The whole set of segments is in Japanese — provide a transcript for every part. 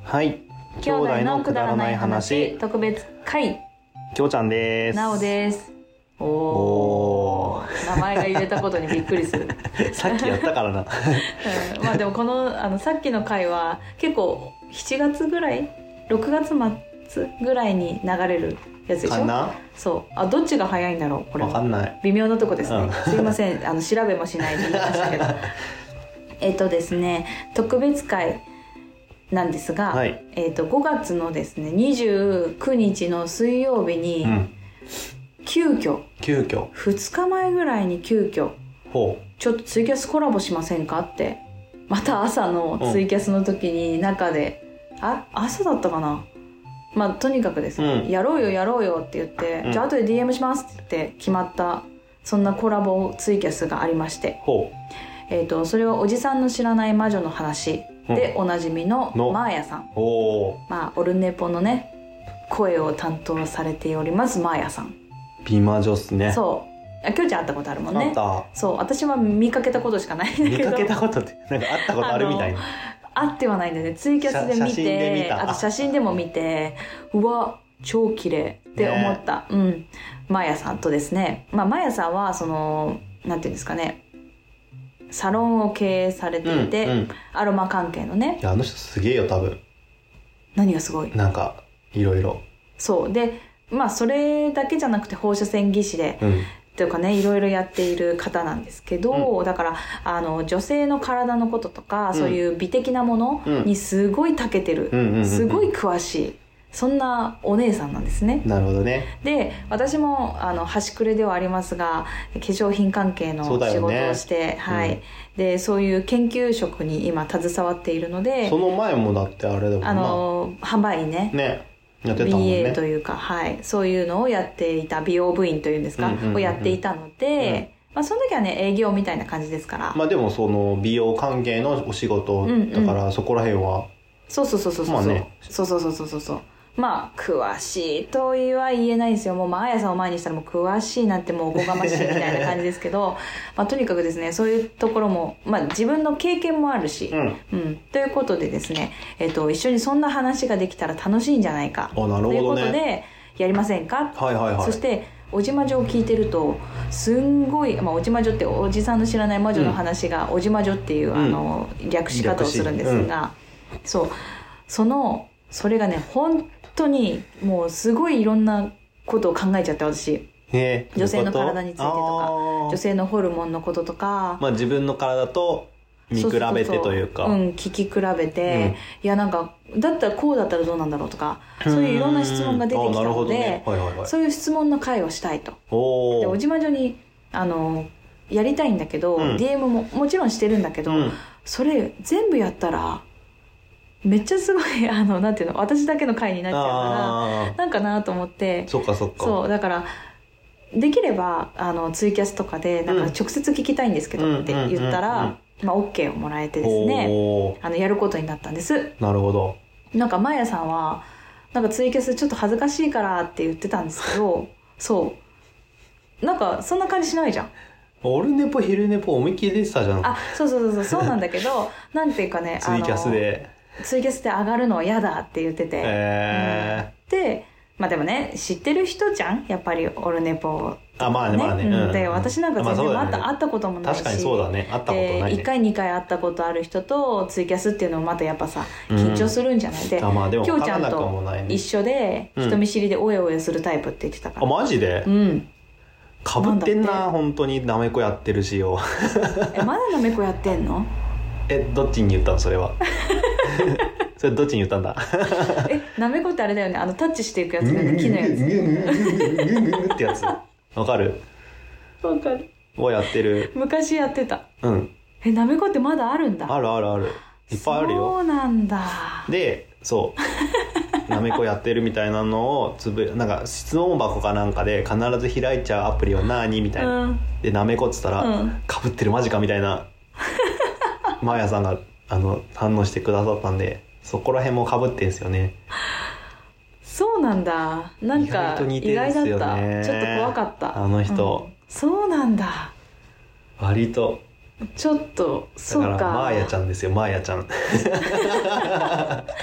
はい、 兄弟のくだらない話特別会、 きょうちゃんです。 なおです。おー、名前が言えたことにびっくりするさっきやったからな、 まあでもこのさっきの回は結構7月ぐらい6月末ぐらいに流れるやつでしょ。 かな。 そう、どっちが早いんだろうこれ。 分かんない、 微妙なとこですね、すいません調べもしないで言いましたけどですね、特別会なんですが、 はい、 5月のですね29日の水曜日に、急遽2日前ぐらいに急遽ちょっとツイキャスコラボしませんかって、また朝のツイキャスの時に中で、朝だったかな、まあとにかくですね、やろうよって言って、じゃあ後で DM しますって言って決まった、そんなコラボツイキャスがありまして、それはおじさんの知らない魔女の話でおなじみのマーヤさん、オルネポのね声を担当されておりますマーヤさん、 美魔女っすね。 そうきょうちゃん会ったことあるもんね。そう、私は見かけたことしかないんだけど。 見かけたことってなんか会ったことあるみたいな。 会ってはないんだよね、ツイキャスで見て、あと写真でも見て、うわ超綺麗って思った、マーヤさんとですね、マーヤさんはそのなんていうんですかね、サロンを経営されていて、アロマ関係のね。 いや、あの人すげえよ多分。 何がすごい？ なんかいろいろ。 そうで、それだけじゃなくて放射線技師で、というかね、いろいろやっている方なんですけど、だから女性の体のこととか、そういう美的なものにすごい長けてる、すごい詳しい、そんなお姉さんなんですね。 なるほどね。 で、私も端くれではありますが、化粧品関係の仕事をして、でそういう研究職に今携わっているので、 その前もだってあれだもんな、 販売員ねやってたもんね。 BA というか、そういうのをやっていた、美容部員というんですか、をやっていたので、その時はね営業みたいな感じですから。でもその美容関係のお仕事だから、そこら辺はそう詳しいとは言えないですよ。もうあやさんを前にしたらもう詳しいなんてもうおこがましいみたいな感じですけどとにかくですね、そういうところも、自分の経験もあるし、ということでですね、一緒にそんな話ができたら楽しいんじゃないかということでやりませんか。そしておじ魔女を聞いてるとすんごい、おじ魔女っておじさんの知らない魔女の話が、おじ魔女っていう、略し方をするんですが、それがね本当にもうすごいいろんなことを考えちゃって、私女性の体についてとか、女性のホルモンのこととか、 自分の体と見比べてというか、 聞き比べて、いやなんかだったらこうだったらどうなんだろうとか、そういういろんな質問が出てきたので、そういう質問の会をしたいと。でおじまじょにやりたいんだけど、DM ももちろんしてるんだけど、それ全部やったらめっちゃすごいなんていうの、私だけの回になっちゃうからなんかなと思って。そうだからできればツイキャスとかでなんか直接聞きたいんですけどって言ったら、OK をもらえてですね、やることになったんです。 なるほど。 なんかマーヤさんはなんかツイキャスちょっと恥ずかしいからって言ってたんですけどそうなんかそんな感じしないじゃん。 オルネポ昼ネポ思いっきり出てたじゃん。 そうなんだけどなんていうかね、 ツイキャスで上がるのは嫌だって言ってて、ででもね知ってる人じゃんやっぱりオルネポ、で私なんか全然会ったこともないし、 確かにそうだね、会ったことないね。 1回2回会ったことある人とツイキャスっていうのもまたやっぱさ緊張するんじゃない、できょうちゃんと一緒で人見知りでおえおえするタイプって言ってたから。 マジで？かぶってんな、本当になめこやってるしよまだなめこやってんの？ どっちに言ったのそれはそれどっちに言ったんだなめこってあれだよね、タッチしていくやつね、木のやつってやつわかるをやってる。 昔やってた。なめこってまだあるんだ。 あるいっぱいあるよ。 そうなんだ。 でなめこやってるみたいなのをなんか質問箱かなんかで必ず開いちゃうアプリは何みたいな、でなめこっつったら、かぶってるマジかみたいなマーヤさんが反応してくださったんで、そこら辺もかぶってんすよね。 そうなんだ。なんか意外だった。ちょっと怖かった。 あの人、 そうなんだ。 割とちょっとそうか。 だからマーヤちゃんですよ、マーヤちゃん。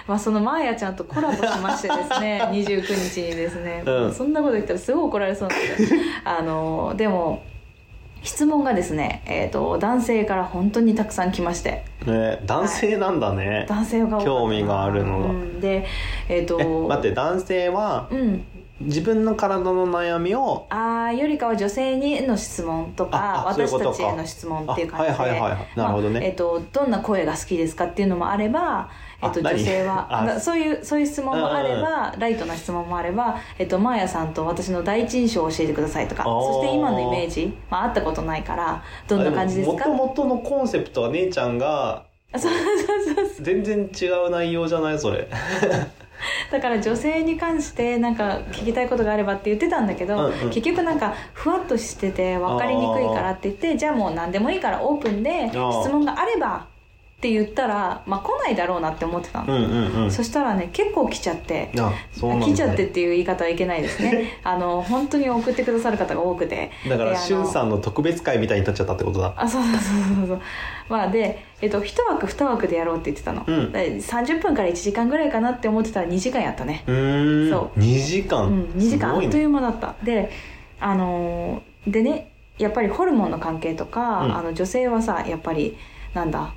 そのマーヤちゃんとコラボしましてですね29日にですね、そんなこと言ったらすごい怒られそうなんででも質問がですね、男性から本当にたくさん来まして、 男性なんだね、 男性が興味があるのが、 で待って、男性は、自分の体の悩みをよりかは女性にの質問とか私たちへの質問っていう感じで、 なるほどね、 どんな声が好きですかっていうのもあれば、女性はそういう質問もあれば、ライトな質問もあれば、マーヤさんと私の第一印象を教えてくださいとか、そして今のイメージ、会ったことないからどんな感じですか。 もともとのコンセプトは姉ちゃんが全然違う内容じゃないそれだから女性に関してなんか聞きたいことがあればって言ってたんだけど、結局なんかふわっとしてて分かりにくいからって言って、じゃあもう何でもいいからオープンで質問があればって言ったら、来ないだろうなって思ってたの、そしたらね結構来ちゃって、来ちゃってっていう言い方はいけないですね本当に送ってくださる方が多くて、 だからしゅんさんの特別会みたいになっちゃったってことだ。 そうで、1枠2枠でやろうって言ってたの、30分から1時間ぐらいかなって思ってたら2時間やったね。そう 2時間、 2時間あっという間だった。ででね、やっぱりホルモンの関係とか、女性はさやっぱりなんだ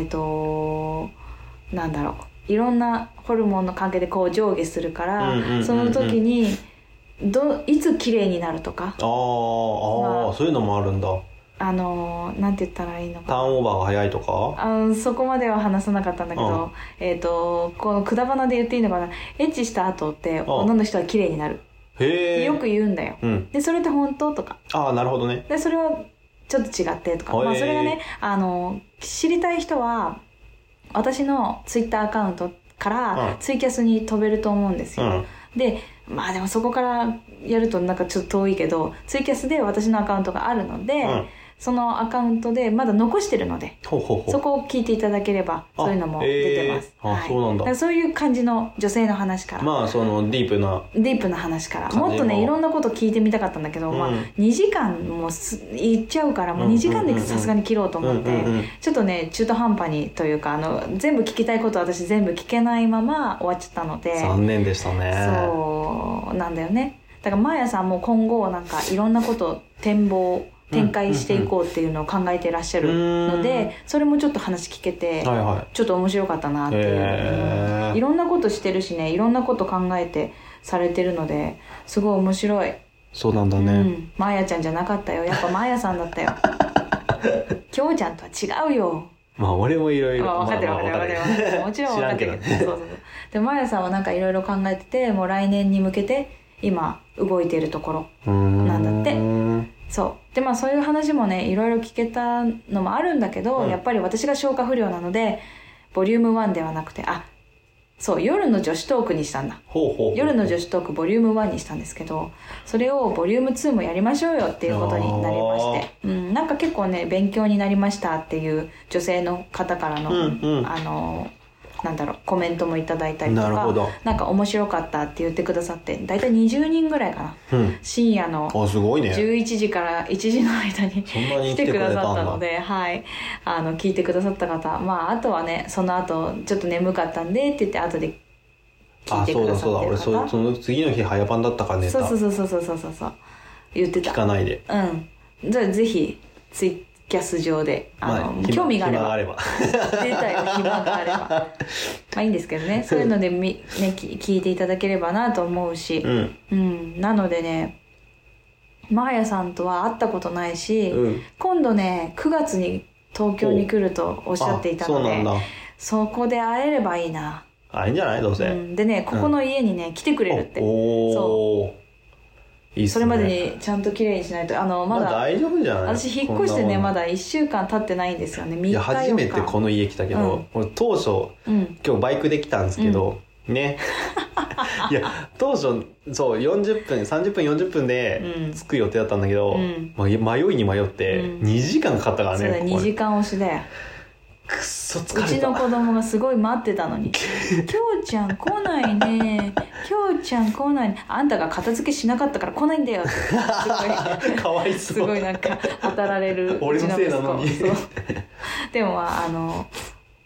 なんだろう、いろんなホルモンの関係でこう上下するから、その時にいつ綺麗になるとか、 そういうのもあるんだ。 なんて言ったらいいのかな、 ターンオーバーが早いとか、 そこまでは話さなかったんだけど、このくだばなで言っていいのかな、エッチした後って女の人は綺麗になるってよく言うんだよ、でそれって本当とか、 なるほどね。 でそれはちょっと違ってとか、それがね知りたい人は私のツイッターアカウントからツイキャスに飛べると思うんですよ、ででもそこからやるとなんかちょっと遠いけど、ツイキャスで私のアカウントがあるので、そのアカウントでまだ残してるので、そこを聞いていただければそういうのも出てます。 そうなんだ。 だからそういう感じの女性の話から、 そのディープな話からもっとねいろんなこと聞いてみたかったんだけど、2時間もいっちゃうから、もう2時間でさすがに切ろうと思って、ちょっとね中途半端にというか、全部聞きたいことは私全部聞けないまま終わっちゃったので、 残念でしたね。 そうなんだよね。だからマーヤさんも今後なんかいろんなこと展開していこうっていうのを考えてらっしゃるので、それもちょっと話聞けて、ちょっと面白かったなっていう、いろんなことしてるしね、いろんなこと考えてされてるのですごい面白い。 そうなんだね、 マーヤちゃんじゃなかったよ、やっぱマーヤさんだったよきょうちゃんとは違うよ。 俺もいろいろ分かってる分かってるもちろん分かってるけど、そうでマーヤさんはなんかいろいろ考えてて、もう来年に向けて今動いているところなんだって。そうでそういう話もねいろいろ聞けたのもあるんだけど、やっぱり私が消化不良なのでボリューム1ではなくて、夜の女子トークにしたんだ。夜の女子トークボリューム1にしたんですけど、それをボリューム2もやりましょうよっていうことになりまして、なんか結構ね勉強になりましたっていう女性の方からの、なんだろう、コメントもいただいたりとか、なんか面白かったって言ってくださって、だいたい20人ぐらいかな、深夜の11時から1時の間に来てくださったので、聞いてくださった方、あとはねその後ちょっと眠かったんでって言って後で聞いてくださってる方、 俺その次の日早番だったから寝た。そう言ってた。 聞かないで。 じゃあぜひツイキャス上で興味があれば出たよ、暇があればいいんですけどね、そういうので聞いていただければなと思うし、なのでね、マーヤさんとは会ったことないし、今度ね9月に東京に来るとおっしゃっていたので、そこで会えればいいな。 いいんじゃない、どうせ。 でね、ここの家にね来てくれるって。そういいっすね、それまでにちゃんときれいにしないとまだ大丈夫じゃない。 私引っ越してねまだ1週間経ってないんですよね。3日4日。 初めてこの家来たけど、俺当初、今日バイクで来たんですけど、ねいや当初そう30分40分で着く予定だったんだけど、迷いに迷って2時間かかったからね。 そうだ、2時間押しだよ。 くっそ疲れた。 うちの子供がすごい待ってたのにきょうちゃん来ないね、きょうちゃん来ないね、あんたが片付けしなかったから来ないんだよってすごいかわいそう、 すごいなんか当たられる俺のせいなのにでも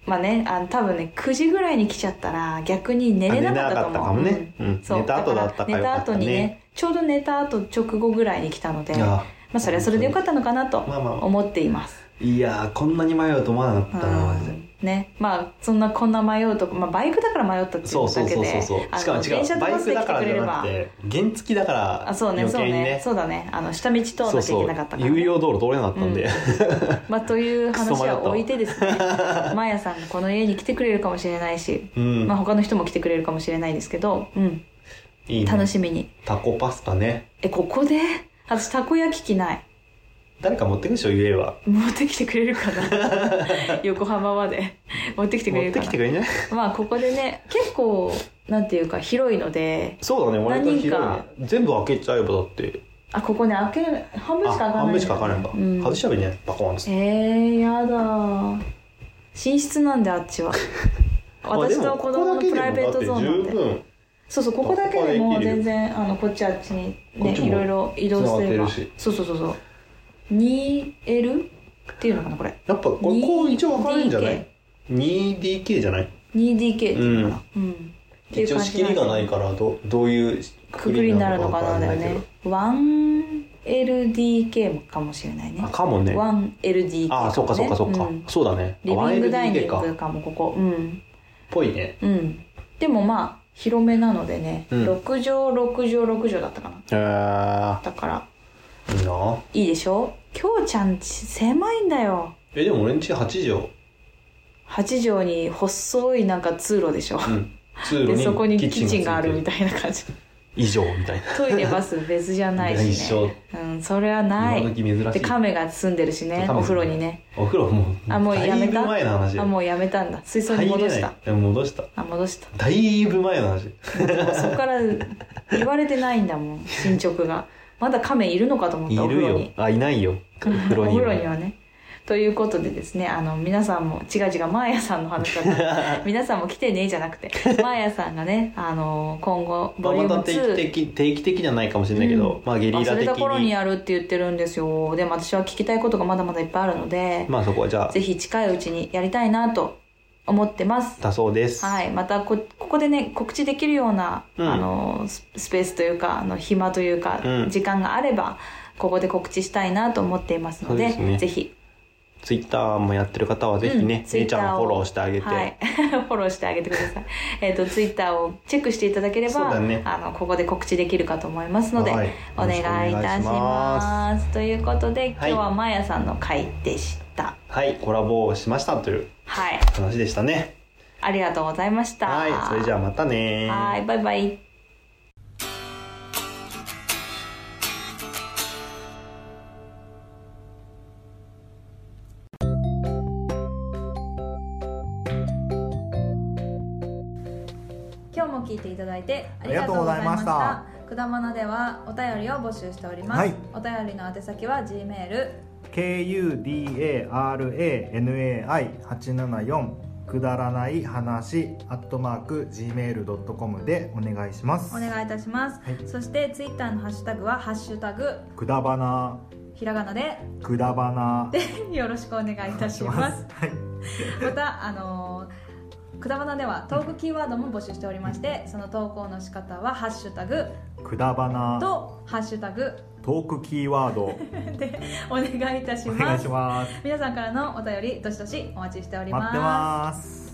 まあね、多分ね9時ぐらいに来ちゃったら逆に寝れなかったと思う。 寝れなかったかもね、そう寝た後だったからよかったね。 寝た後にね、ちょうど寝た後直後ぐらいに来たので、まあそれはそれでよかったのかなと思っています。 いやー、こんなに迷うと思わなかったな、マジで。 ね、まあそんなこんな迷うとか、まあ、バイクだから迷ったっていうだけで、 しかも違う、バイクだからじゃなくて原付だから余計にね、 そうだね、下道通らなきゃいけなかったから、ね、 有料道路通れなかったんで、 まあという話は置いてですねマーヤさんがこの家に来てくれるかもしれないし、まあ他の人も来てくれるかもしれないですけど、いいね、楽しみに。 タコパスタね。 ここで私たこ焼き器ない。 誰か持ってくるでしょ、言えば。 持ってきてくれるかな横浜まで持ってきてくれるかな。 持ってきてくれない？ まあここでね、結構なんていうか広いので。 そうだね、割と広いね。全部開けちゃえばだって。 ここね、開ける半分しか開かない、 半分しか開かないんだ、外しちゃえばいいね、バコーンって。 やだ、寝室なんであっちは私と子供のプライベートゾーンなんで。そうここだけでも全然こっちあっちにね、いろいろ移動すれば。そう 2L っていうのかな、これ。 やっぱこう一応分かるんじゃない？ 2DK じゃない？ 2DK っていうのかな。 一応仕切りがないからどういうくくりになるのかなだよね。1LDK かもしれないね。 かもね。 1LDK。 そうか。そうだね。 リビングダイニングかもここ。 ぽいね。 でもまあ広めなのでね、6畳だったかな。だからいいな。 いいでしょ。きょうちゃんち狭いんだよ。 でも俺んち8 畳に細いなんか通路でしょ、 通路にでそこにキッチンがあるみたいな感じ。 以上みたいな。 トイレバス別じゃないしねそれはない。 今時珍しい。 で亀が住んでるしね、お風呂にね。 お風呂もうやめた。 だいぶ前の話。 もうやめたんだ。水槽に戻した。 戻した。だいぶ前の話。 そこから言われてないんだもん、進捗が。まだ亀いるのかと思った。 いるよ。いないよ、 お風呂にはね。ということでですね、皆さんも違うマーヤさんの話だった皆さんも来てねじゃなくてマーヤさんがね、今後ボリューム2、 また定期的じゃないかもしれないけど、ゲリラ的にそれどころにやるって言ってるんですよ。でも私は聞きたいことがまだまだいっぱいあるので、 そこはじゃあぜひ近いうちにやりたいなと思ってます。 だそうです。 はい、またここでね告知できるような、スペースというか暇というか、時間があればここで告知したいなと思っていますので、ぜひツイッターもやってる方はぜひね、姉ちゃんをフォローしてあげて、 フォローしてあげてください。ツイッターをチェックしていただければ、ここで告知できるかと思いますので、お願いいたします。ということで今日はマーヤさんの回でした。 コラボをしましたという話でしたね。 ありがとうございました。 それじゃあまたね。 バイバイ。今日も聞いていただいてありがとうございました。くだまなではお便りを募集しております。お便りの宛先は G メール kudaranai874くだらない話@gmail.com でお願いします。 お願いいたします。そしてツイッターのハッシュタグはハッシュタグくだばな、 ひらがなでくだばなでよろしくお願いいたします。またくだばなではトークキーワードも募集しておりまして、その投稿の仕方はハッシュタグくだばなとハッシュタグトークキーワードでお願いいたします。 お願いします。 皆さんからのお便りどしどしお待ちしております。 待ってます。